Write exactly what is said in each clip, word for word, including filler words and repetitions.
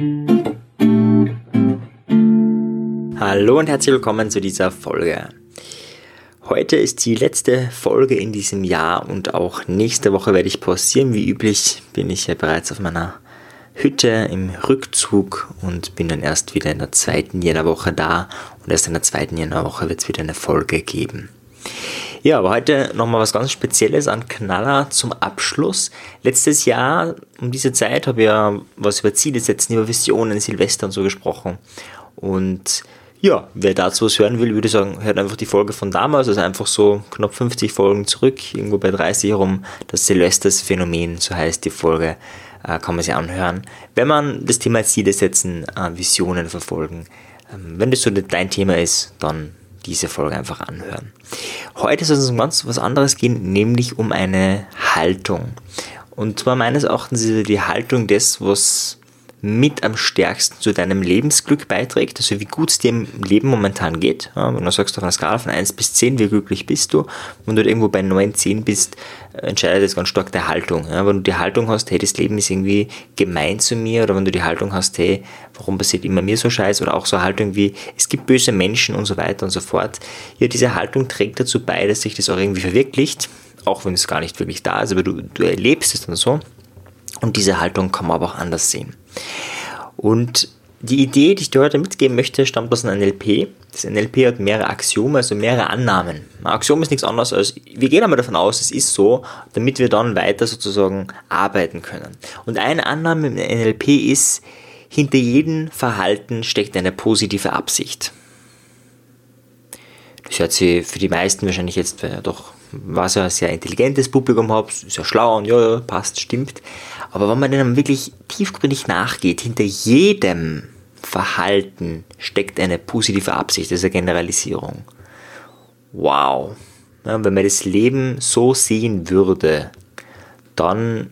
Hallo und herzlich willkommen zu dieser Folge. Heute ist die letzte Folge in diesem Jahr und auch nächste Woche werde ich pausieren. Wie üblich bin ich ja bereits auf meiner Hütte im Rückzug und bin dann erst wieder in der zweiten Jännerwoche da und erst in der zweiten Jännerwoche wird es wieder eine Folge geben. Ja, aber heute nochmal was ganz Spezielles an Knaller zum Abschluss. Letztes Jahr um diese Zeit habe ich ja was über Ziele setzen, über Visionen, Silvester und so gesprochen. Und ja, wer dazu was hören will, würde ich sagen, hört einfach die Folge von damals, also einfach so knapp fünfzig Folgen zurück, irgendwo bei dreißig herum, das Silvesters-Phänomen, so heißt die Folge, äh, kann man sich anhören. Wenn man das Thema Ziele setzen, äh, Visionen verfolgen, ähm, wenn das so dein Thema ist, dann diese Folge einfach anhören. Heute soll es um ganz was anderes gehen, nämlich um eine Haltung. Und zwar meines Erachtens ist die Haltung das, was mit am stärksten zu deinem Lebensglück beiträgt, also wie gut es dir im Leben momentan geht. Ja, wenn du sagst auf einer Skala von eins bis zehn, wie glücklich bist du, wenn du irgendwo bei neun, zehn bist, entscheidet das ganz stark der Haltung. Ja, wenn du die Haltung hast, hey, das Leben ist irgendwie gemein zu mir, oder wenn du die Haltung hast, hey, warum passiert immer mir so Scheiß, oder auch so eine Haltung wie, es gibt böse Menschen und so weiter und so fort. Ja, diese Haltung trägt dazu bei, dass sich das auch irgendwie verwirklicht, auch wenn es gar nicht wirklich da ist, aber du, du erlebst es dann so. Und diese Haltung kann man aber auch anders sehen. Und die Idee, die ich dir heute mitgeben möchte, stammt aus dem N L P. Das N L P hat mehrere Axiome, also mehrere Annahmen. Ein Axiom ist nichts anderes als, wir gehen einmal davon aus, es ist so, damit wir dann weiter sozusagen arbeiten können. Und eine Annahme im N L P ist, hinter jedem Verhalten steckt eine positive Absicht. Das hört sich für die meisten wahrscheinlich jetzt, weil ja doch was ja ein sehr intelligentes Publikum habe, ist ja schlau und ja, ja, passt, stimmt. Aber wenn man dann wirklich tiefgründig nachgeht, hinter jedem Verhalten steckt eine positive Absicht, das ist eine Generalisierung. Wow. Ja, wenn man das Leben so sehen würde, dann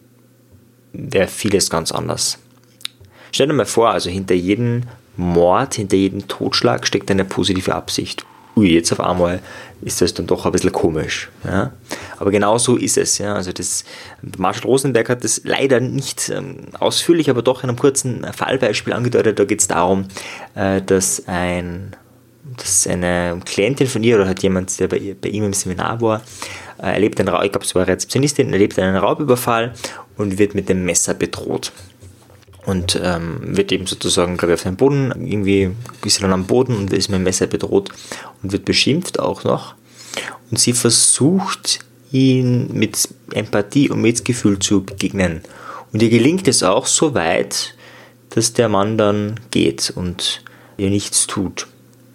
wäre vieles ganz anders. Stell dir mal vor, also hinter jedem Mord, hinter jedem Totschlag steckt eine positive Absicht. Ui, jetzt auf einmal ist das dann doch ein bisschen komisch. Ja? Aber genau so ist es. Ja? Also das, Marshall Rosenberg hat das leider nicht ähm, ausführlich, aber doch in einem kurzen Fallbeispiel angedeutet. Da geht es darum, äh, dass, ein, dass eine Klientin von ihr oder hat jemand, der bei, ihr, bei ihm im Seminar war, äh, erlebt einen Raub, ich glaube, es war eine Rezeptionistin, erlebt einen Raubüberfall und wird mit dem Messer bedroht. Und ähm, wird eben sozusagen, glaube ich, auf den Boden, irgendwie ist sie dann am Boden und ist mit dem Messer bedroht und wird beschimpft auch noch. Und sie versucht, ihn mit Empathie und Mitgefühl zu begegnen. Und ihr gelingt es auch so weit, dass der Mann dann geht und ihr nichts tut.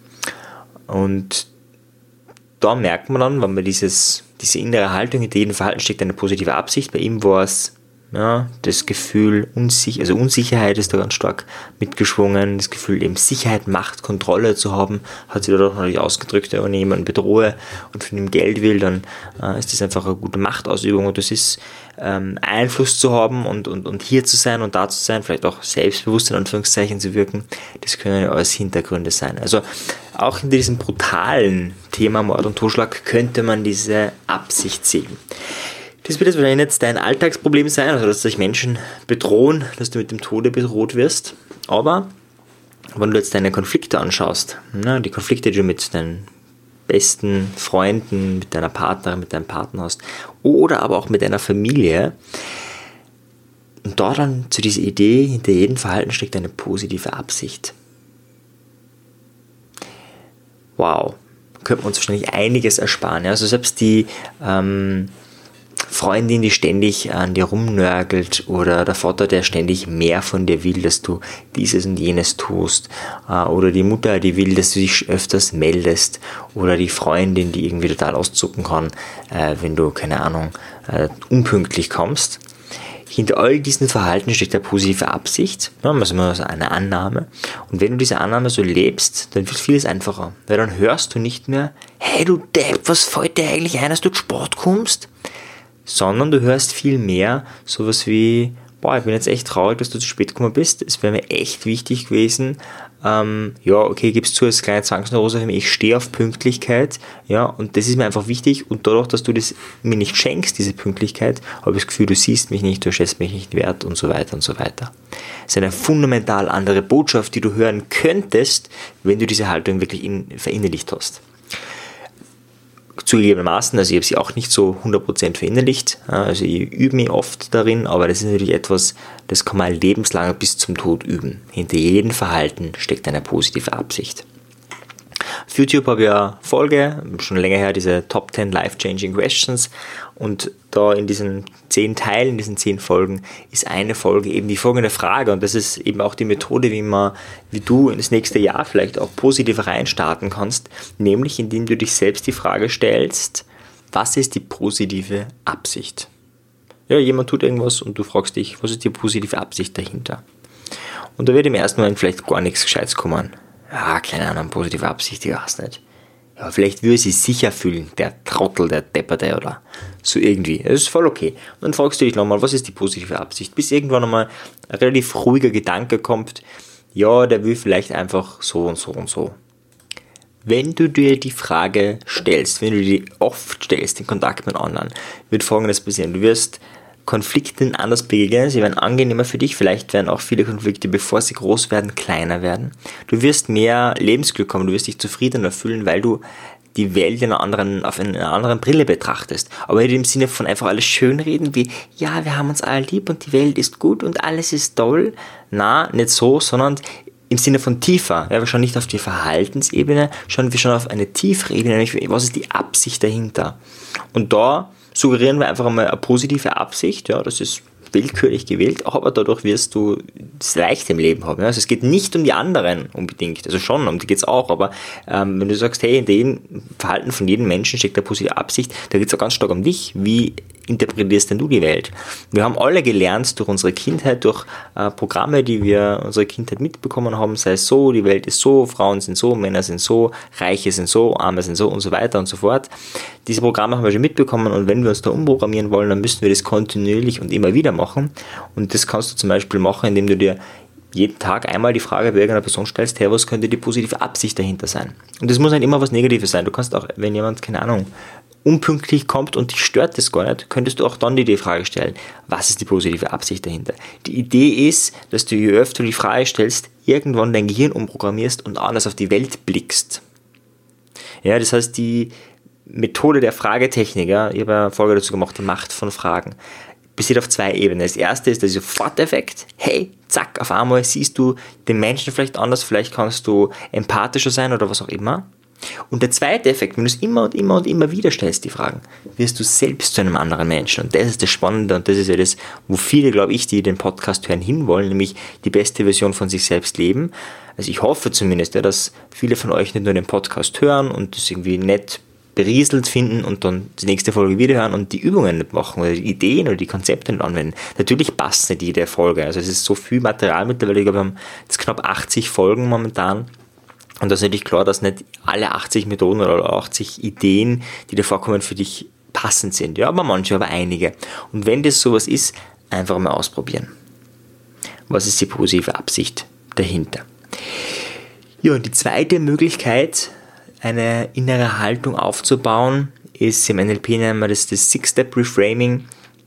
Und da merkt man dann, wenn man dieses, diese innere Haltung, hinter jedem Verhalten steckt eine positive Absicht. Bei ihm war es ja, das Gefühl, Unsich- also Unsicherheit ist da ganz stark mitgeschwungen, das Gefühl eben Sicherheit, Macht, Kontrolle zu haben, hat sie da doch natürlich ausgedrückt, wenn ich jemanden bedrohe und von ihm Geld will, dann äh, ist das einfach eine gute Machtausübung und das ist ähm, Einfluss zu haben und, und, und hier zu sein und da zu sein, vielleicht auch selbstbewusst in Anführungszeichen zu wirken, das können ja alles Hintergründe sein. Also auch hinter diesem brutalen Thema Mord und Totschlag könnte man diese Absicht sehen. Das wird jetzt wahrscheinlich jetzt dein Alltagsproblem sein, also dass sich Menschen bedrohen, dass du mit dem Tode bedroht wirst. Aber wenn du jetzt deine Konflikte anschaust, ne, die Konflikte, die du mit deinen besten Freunden, mit deiner Partnerin, mit deinem Partner hast, oder aber auch mit deiner Familie, und dort dann zu dieser Idee, hinter jedem Verhalten steckt eine positive Absicht. Wow, könnte man uns wahrscheinlich einiges ersparen. Ja? Also selbst die ähm, Freundin, die ständig an dir rumnörgelt oder der Vater, der ständig mehr von dir will, dass du dieses und jenes tust oder die Mutter, die will, dass du dich öfters meldest oder die Freundin, die irgendwie total auszucken kann, wenn du, keine Ahnung, unpünktlich kommst. Hinter all diesen Verhalten steckt eine positive Absicht, also eine Annahme. Und wenn du diese Annahme so lebst, dann wird vieles einfacher, weil dann hörst du nicht mehr, hey du Depp, was fällt dir eigentlich ein, dass du zu Sport kommst? Sondern du hörst viel mehr sowas wie, boah, ich bin jetzt echt traurig, dass du zu spät gekommen bist. Es wäre mir echt wichtig gewesen. Ähm, ja, okay, gib's zu, als kleine Zwangsneurose für mich. Ich stehe auf Pünktlichkeit, ja, und das ist mir einfach wichtig. Und dadurch, dass du das mir nicht schenkst, diese Pünktlichkeit, habe ich das Gefühl, du siehst mich nicht, du schätzt mich nicht wert und so weiter und so weiter. Das ist eine fundamental andere Botschaft, die du hören könntest, wenn du diese Haltung wirklich in, verinnerlicht hast. Zugegebenermaßen, also ich habe sie auch nicht so hundert Prozent verinnerlicht, also ich übe mich oft darin, aber das ist natürlich etwas, das kann man lebenslang bis zum Tod üben. Hinter jedem Verhalten steckt eine positive Absicht. Auf YouTube habe ich eine Folge, schon länger her, diese Top zehn Life-Changing Questions, und da in diesen zehn Teilen, in diesen zehn Folgen, ist eine Folge eben die folgende Frage, und das ist eben auch die Methode, wie man, wie du ins nächste Jahr vielleicht auch positiv reinstarten kannst, nämlich indem du dich selbst die Frage stellst, was ist die positive Absicht? Ja, jemand tut irgendwas und du fragst dich, was ist die positive Absicht dahinter? Und da wird im ersten Moment vielleicht gar nichts Gescheites kommen. Ja, keine Ahnung, positive Absicht, ich weiß nicht. Ja, vielleicht würde sie sicher fühlen, der Trottel, der Depperte oder so irgendwie. Das ist voll okay. Und dann fragst du dich nochmal, was ist die positive Absicht? Bis irgendwann nochmal ein relativ ruhiger Gedanke kommt, ja, der will vielleicht einfach so und so und so. Wenn du dir die Frage stellst, wenn du die oft stellst, in Kontakt mit anderen, wird Folgendes passieren. Du wirst Konflikten anders begegnen, sie werden angenehmer für dich, vielleicht werden auch viele Konflikte, bevor sie groß werden, kleiner werden. Du wirst mehr Lebensglück haben, du wirst dich zufriedener fühlen, weil du die Welt in einer anderen, auf einer anderen Brille betrachtest. Aber nicht im Sinne von einfach alles schönreden, wie, ja, wir haben uns alle lieb und die Welt ist gut und alles ist toll. Na, nicht so, sondern im Sinne von tiefer. Ja, wir schauen nicht auf die Verhaltensebene, schauen wir schon auf eine tiefere Ebene, nämlich was ist die Absicht dahinter. Und da suggerieren wir einfach einmal eine positive Absicht, ja, das ist willkürlich gewählt, aber dadurch wirst du es leicht im Leben haben. Ja. Also es geht nicht um die anderen unbedingt, also schon, um die geht es auch, aber ähm, wenn du sagst, hey, in dem Verhalten von jedem Menschen steckt eine positive Absicht, da geht es auch ganz stark um dich. Wie interpretierst denn du die Welt? Wir haben alle gelernt durch unsere Kindheit, durch äh, Programme, die wir unsere Kindheit mitbekommen haben, sei es so, die Welt ist so, Frauen sind so, Männer sind so, Reiche sind so, Arme sind so und so weiter und so fort. Diese Programme haben wir schon mitbekommen, und wenn wir uns da umprogrammieren wollen, dann müssen wir das kontinuierlich und immer wieder machen. Und das kannst du zum Beispiel machen, indem du dir jeden Tag einmal die Frage bei irgendeiner Person stellst, hey, was könnte die positive Absicht dahinter sein? Und das muss nicht immer was Negatives sein. Du kannst auch, wenn jemand, keine Ahnung, unpünktlich kommt und dich stört das gar nicht, könntest du auch dann die Frage stellen, was ist die positive Absicht dahinter? Die Idee ist, dass du, je öfter du die Frage stellst, irgendwann dein Gehirn umprogrammierst und anders auf die Welt blickst. Ja, das heißt, die Methode der Fragetechnik, ja, ich habe eine Folge dazu gemacht, die Macht von Fragen, besteht auf zwei Ebenen. Das erste ist der Soforteffekt. Hey, zack, auf einmal siehst du den Menschen vielleicht anders, vielleicht kannst du empathischer sein oder was auch immer. Und der zweite Effekt, wenn du es immer und immer und immer wieder stellst, die Fragen, wirst du selbst zu einem anderen Menschen. Und das ist das Spannende, und das ist ja das, wo viele, glaube ich, die den Podcast hören, hinwollen, nämlich die beste Version von sich selbst leben. Also ich hoffe zumindest, ja, dass viele von euch nicht nur den Podcast hören und das irgendwie nett berieselt finden und dann die nächste Folge wieder hören und die Übungen nicht machen oder die Ideen oder die Konzepte nicht anwenden. Natürlich passt nicht jede Folge. Also es ist so viel Material mittlerweile. Ich glaube, wir haben jetzt knapp achtzig Folgen momentan. Und da ist natürlich klar, dass nicht alle achtzig Methoden oder achtzig Ideen, die da vorkommen, für dich passend sind. Ja, aber manche, aber einige. Und wenn das sowas ist, einfach mal ausprobieren. Was ist die positive Absicht dahinter? Ja, und die zweite Möglichkeit, eine innere Haltung aufzubauen, ist im N L P nennen wir das das Six-Step-Reframing,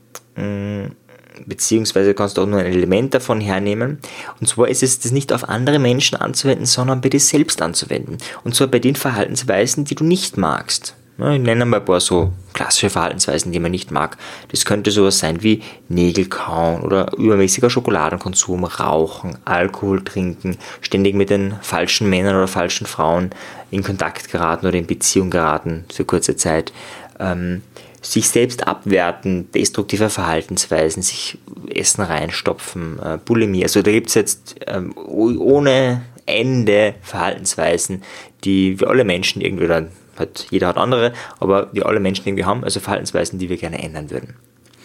beziehungsweise kannst du auch nur ein Element davon hernehmen. Und zwar ist es, das nicht auf andere Menschen anzuwenden, sondern bei dir selbst anzuwenden. Und zwar bei den Verhaltensweisen, die du nicht magst. Ich nenne mal ein paar so klassische Verhaltensweisen, die man nicht mag. Das könnte sowas sein wie Nägel kauen oder übermäßiger Schokoladenkonsum, Rauchen, Alkohol trinken, ständig mit den falschen Männern oder falschen Frauen in Kontakt geraten oder in Beziehung geraten für kurze Zeit. Ähm, sich selbst abwerten, destruktive Verhaltensweisen, sich Essen reinstopfen, äh, Bulimie. Also da gibt es jetzt ähm, ohne Ende Verhaltensweisen, die wir alle Menschen irgendwie dann Halt, jeder hat andere, aber die alle Menschen irgendwie haben, also Verhaltensweisen, die wir gerne ändern würden.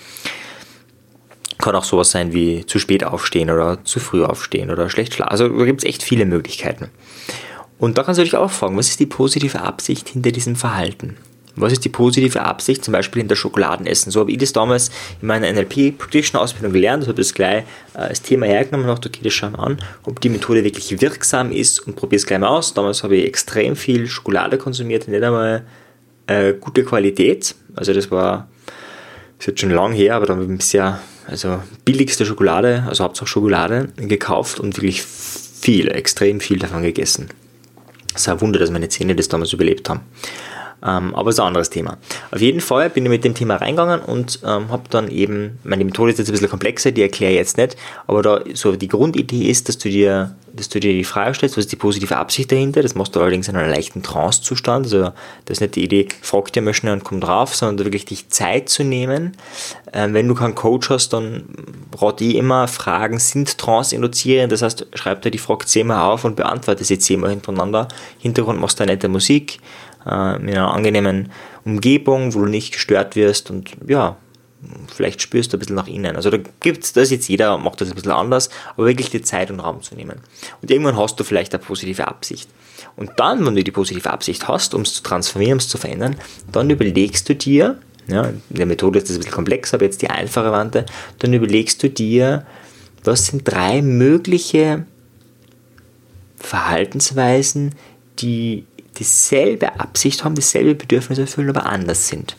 Kann auch sowas sein wie zu spät aufstehen oder zu früh aufstehen oder schlecht schlafen. Also da gibt es echt viele Möglichkeiten. Und da kannst du dich auch fragen, was ist die positive Absicht hinter diesem Verhalten? Was ist die positive Absicht, zum Beispiel in der Schokoladenessen? So habe ich das damals in meiner N L P-Practitioner-Ausbildung gelernt, also habe das gleich äh, als Thema hergenommen und dachte, okay, das schauen wir an, ob die Methode wirklich wirksam ist und probiere es gleich mal aus. Damals habe ich extrem viel Schokolade konsumiert, nicht einmal äh, gute Qualität, also das war, das ist jetzt schon lang her, aber da habe ich bisher also billigste Schokolade, also Hauptsache Schokolade, gekauft und wirklich viel, extrem viel davon gegessen. Es ist ein Wunder, dass meine Zähne das damals überlebt haben. Ähm, aber es ist ein anderes Thema. Auf jeden Fall bin ich mit dem Thema reingegangen und ähm, habe dann eben, meine Methode ist jetzt ein bisschen komplexer, die erkläre ich jetzt nicht, aber da so die Grundidee ist, dass du dir, dass du dir die Frage stellst, was ist die positive Absicht dahinter? Das machst du allerdings in einem leichten Trance-Zustand, also das ist nicht die Idee, frag dir mal schnell und komm drauf, sondern wirklich dich Zeit zu nehmen. Ähm, wenn du keinen Coach hast, dann rate ich immer, Fragen sind Trance-induzierend, das heißt, schreib dir die Frage zehnmal auf und beantworte sie zehnmal hintereinander. Hintergrund machst du eine nette Musik, in einer angenehmen Umgebung, wo du nicht gestört wirst und ja, vielleicht spürst du ein bisschen nach innen. Also da gibt es das jetzt, jeder macht das ein bisschen anders, aber wirklich die Zeit und Raum zu nehmen. Und irgendwann hast du vielleicht eine positive Absicht. Und dann, wenn du die positive Absicht hast, um es zu transformieren, um es zu verändern, dann überlegst du dir, ja, in der Methode ist das ein bisschen komplexer, aber jetzt die einfache Variante, dann überlegst du dir, was sind drei mögliche Verhaltensweisen, die dieselbe Absicht haben, dieselbe Bedürfnis erfüllen, aber anders sind.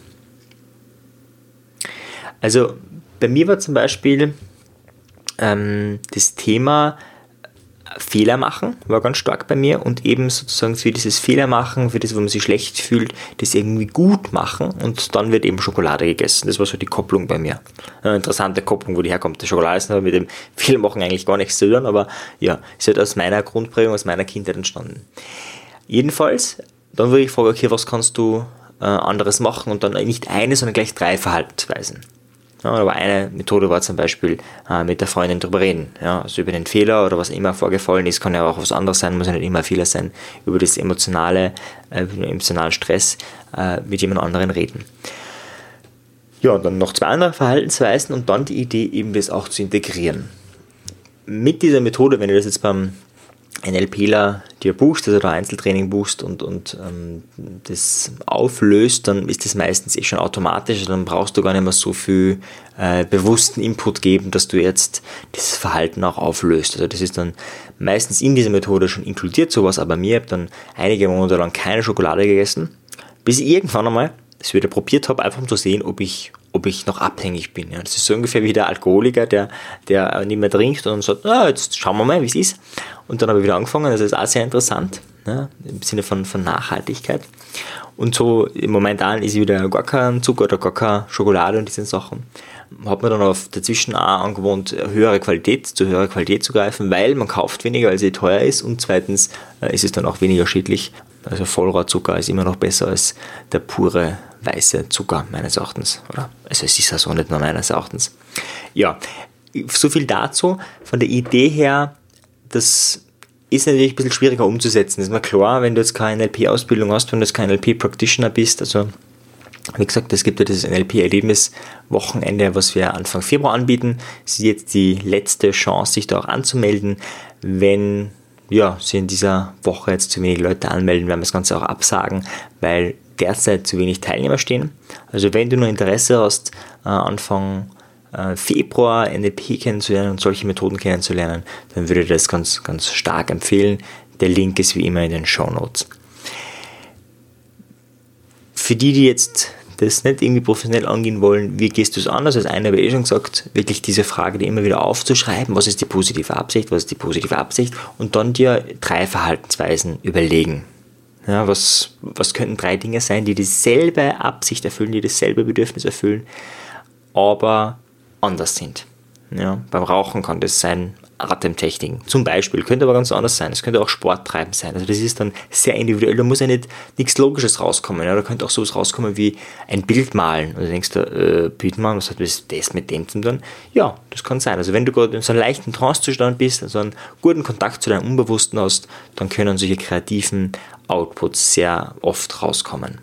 Also bei mir war zum Beispiel ähm, das Thema Fehler machen, war ganz stark bei mir und eben sozusagen für dieses Fehler machen, für das, wo man sich schlecht fühlt, das irgendwie gut machen und dann wird eben Schokolade gegessen. Das war so die Kopplung bei mir. Eine interessante Kopplung, wo die herkommt. Die Schokolade ist aber mit dem Fehler machen eigentlich gar nichts zu tun, aber ja, ist halt aus meiner Grundprägung, aus meiner Kindheit entstanden. Jedenfalls, dann würde ich fragen, okay, was kannst du äh, anderes machen und dann nicht eine, sondern gleich drei Verhaltensweisen. Ja, aber eine Methode war zum Beispiel äh, mit der Freundin drüber reden, ja, also über den Fehler oder was immer vorgefallen ist, kann ja auch was anderes sein, muss ja nicht immer ein Fehler sein, über das emotionale, äh, den emotionalen Stress äh, mit jemand anderen reden. Ja, dann noch zwei andere Verhaltensweisen und dann die Idee, eben das auch zu integrieren. Mit dieser Methode, wenn du das jetzt beim NLPler dir buchst, also da Einzeltraining buchst und, und ähm, das auflöst, dann ist das meistens eh schon automatisch, also dann brauchst du gar nicht mehr so viel äh, bewussten Input geben, dass du jetzt das Verhalten auch auflöst. Also das ist dann meistens in dieser Methode schon inkludiert sowas, aber mir habe dann einige Monate lang keine Schokolade gegessen, bis ich irgendwann einmal das wieder probiert habe, einfach um zu sehen, ob ich ob ich noch abhängig bin. Ja. Das ist so ungefähr wie der Alkoholiker, der, der nicht mehr trinkt und sagt, ah, jetzt schauen wir mal, wie es ist. Und dann habe ich wieder angefangen, das ist auch sehr interessant, ja, im Sinne von, von Nachhaltigkeit. Und so momentan ist wieder gar kein Zucker oder gar keine Schokolade und diese Sachen. Hat man dann auf dazwischen auch angewohnt, höhere Qualität, zu höherer Qualität zu greifen, weil man kauft weniger, weil sie teuer ist und zweitens äh, ist es dann auch weniger schädlich. Also Vollrohrzucker ist immer noch besser als der pure weiße Zucker, meines Erachtens. Oder? Also es ist ja so nicht nur meines Erachtens. Ja, so viel dazu. Von der Idee her, das ist natürlich ein bisschen schwieriger umzusetzen. Das ist mir klar, wenn du jetzt keine N L P-Ausbildung hast, wenn du jetzt kein N L P-Practitioner bist. Also wie gesagt, es gibt ja das N L P-Erlebnis-Wochenende, was wir Anfang Februar anbieten. Es ist jetzt die letzte Chance, sich da auch anzumelden. Wenn ja, sich in dieser Woche jetzt zu wenig Leute anmelden, werden wir das Ganze auch absagen, weil derzeit zu wenig Teilnehmer stehen. Also wenn du noch Interesse hast, äh, Anfang äh, Februar N L P kennenzulernen und solche Methoden kennenzulernen, dann würde ich das ganz, ganz stark empfehlen. Der Link ist wie immer in den Shownotes. Für die, die jetzt das nicht irgendwie professionell angehen wollen, wie gehst du es an? Also das eine habe ich eh schon gesagt, wirklich diese Frage, die immer wieder aufzuschreiben, was ist die positive Absicht, was ist die positive Absicht und dann dir drei Verhaltensweisen überlegen. Ja, was, was könnten drei Dinge sein, die dieselbe Absicht erfüllen, die dasselbe Bedürfnis erfüllen, aber anders sind. Ja, beim Rauchen kann das sein Atemtechniken zum Beispiel, könnte aber ganz anders sein. Es könnte auch Sport treiben sein. Also das ist dann sehr individuell, da muss ja nicht nichts Logisches rauskommen. Ja, da könnte auch sowas rauskommen wie ein Bild malen. Und du denkst, äh, Bild malen, was hat das mit dem zu tun? Ja, das kann sein. Also wenn du gerade in so einem leichten Trancezustand bist, also einen guten Kontakt zu deinem Unbewussten hast, dann können solche kreativen Outputs sehr oft rauskommen.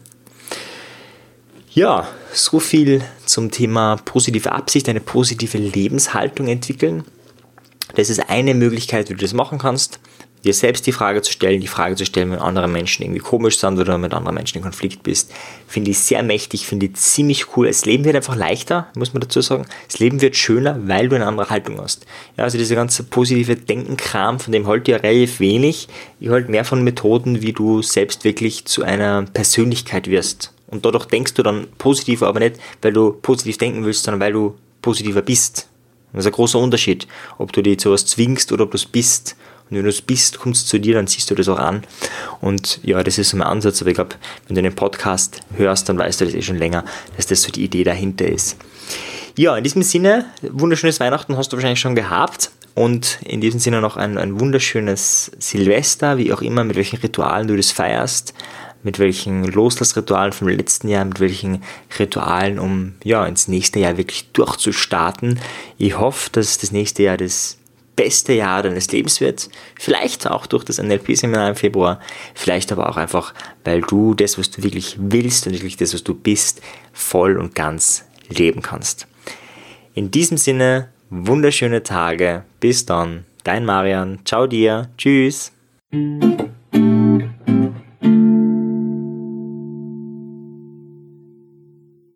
Ja, so viel zum Thema positive Absicht, eine positive Lebenshaltung entwickeln. Das ist eine Möglichkeit, wie du das machen kannst. dir selbst die Frage zu stellen, die Frage zu stellen, wenn andere Menschen irgendwie komisch sind oder mit anderen Menschen in Konflikt bist, finde ich sehr mächtig, finde ich ziemlich cool. Das Leben wird einfach leichter, muss man dazu sagen. Das Leben wird schöner, weil du eine andere Haltung hast. Ja, also dieser ganze positive Denkenkram, von dem halte ich ja relativ wenig. Ich halte mehr von Methoden, wie du selbst wirklich zu einer Persönlichkeit wirst. Und dadurch denkst du dann positiver, aber nicht, weil du positiv denken willst, sondern weil du positiver bist. Das ist ein großer Unterschied, ob du dich zu was zwingst oder ob du es bist. Und wenn du es bist, kommst du zu dir, dann siehst du das auch an. Und ja, das ist so mein Ansatz. Aber ich glaube, wenn du den Podcast hörst, dann weißt du das eh schon länger, dass das so die Idee dahinter ist. Ja, in diesem Sinne, wunderschönes Weihnachten hast du wahrscheinlich schon gehabt. Und in diesem Sinne noch ein, ein wunderschönes Silvester, wie auch immer, mit welchen Ritualen du das feierst. Mit welchen Loslassritualen vom letzten Jahr, mit welchen Ritualen, um ja ins nächste Jahr wirklich durchzustarten. Ich hoffe, dass das nächste Jahr das beste Jahr deines Lebens wird. Vielleicht auch durch das N L P-Seminar im Februar. Vielleicht aber auch einfach, weil du das, was du wirklich willst und wirklich das, was du bist, voll und ganz leben kannst. In diesem Sinne, wunderschöne Tage. Bis dann. Dein Marian. Ciao dir. Tschüss.